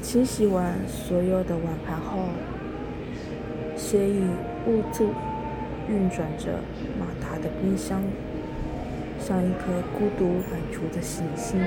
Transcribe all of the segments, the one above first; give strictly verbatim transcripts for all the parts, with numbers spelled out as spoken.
清洗完所有的碗盘后，斜以物柱运转着马达的冰箱，像一颗孤独反刍的行星。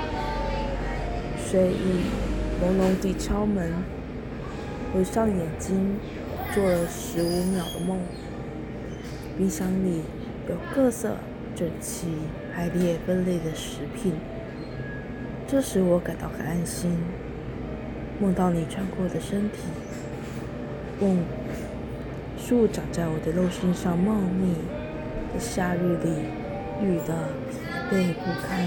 睡意朦胧地敲门，合上眼睛，做了十五秒的梦。冰箱里有各色整齐排列分类的食品，这使我感到很安心。梦到你穿过的身体，梦树长在我的肉身上茂密，在夏日里绿得疲惫不堪。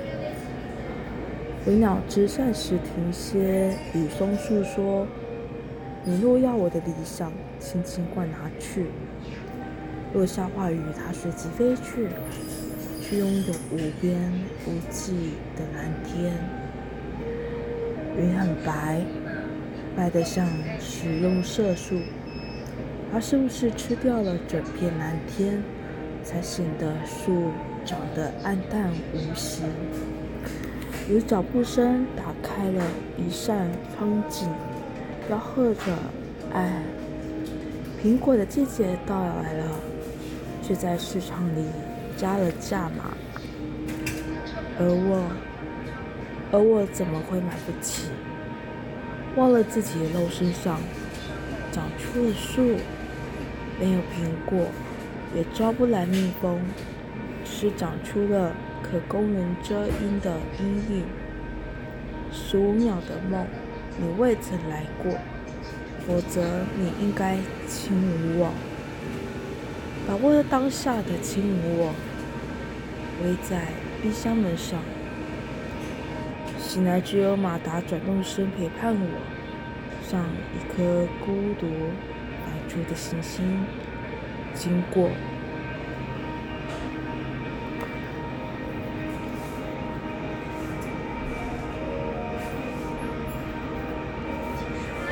为鸟只暂时停歇，与松树说：“你若要我的理想，请尽管拿去。若下话语，它随即飞去，去拥有无边无际的蓝天。云很白，白得像食用色素。它是不是吃掉了整片蓝天，才显得树长得暗淡无奇？”有脚步声打开了一扇窗景，吆喝着：“哎，苹果的季节到来了！”却在市场里加了价码，而我，而我怎么会买不起？忘了自己的肉身上长出了树，没有苹果，也招不来蜜蜂，只是长出了可供人遮阴的阴影。十五秒的梦，你未曾来过，否则你应该轻舞我。把握了当下的轻舞我，围在冰箱门上。醒来只有马达转动声陪伴我，像一颗孤独反刍的行星，经过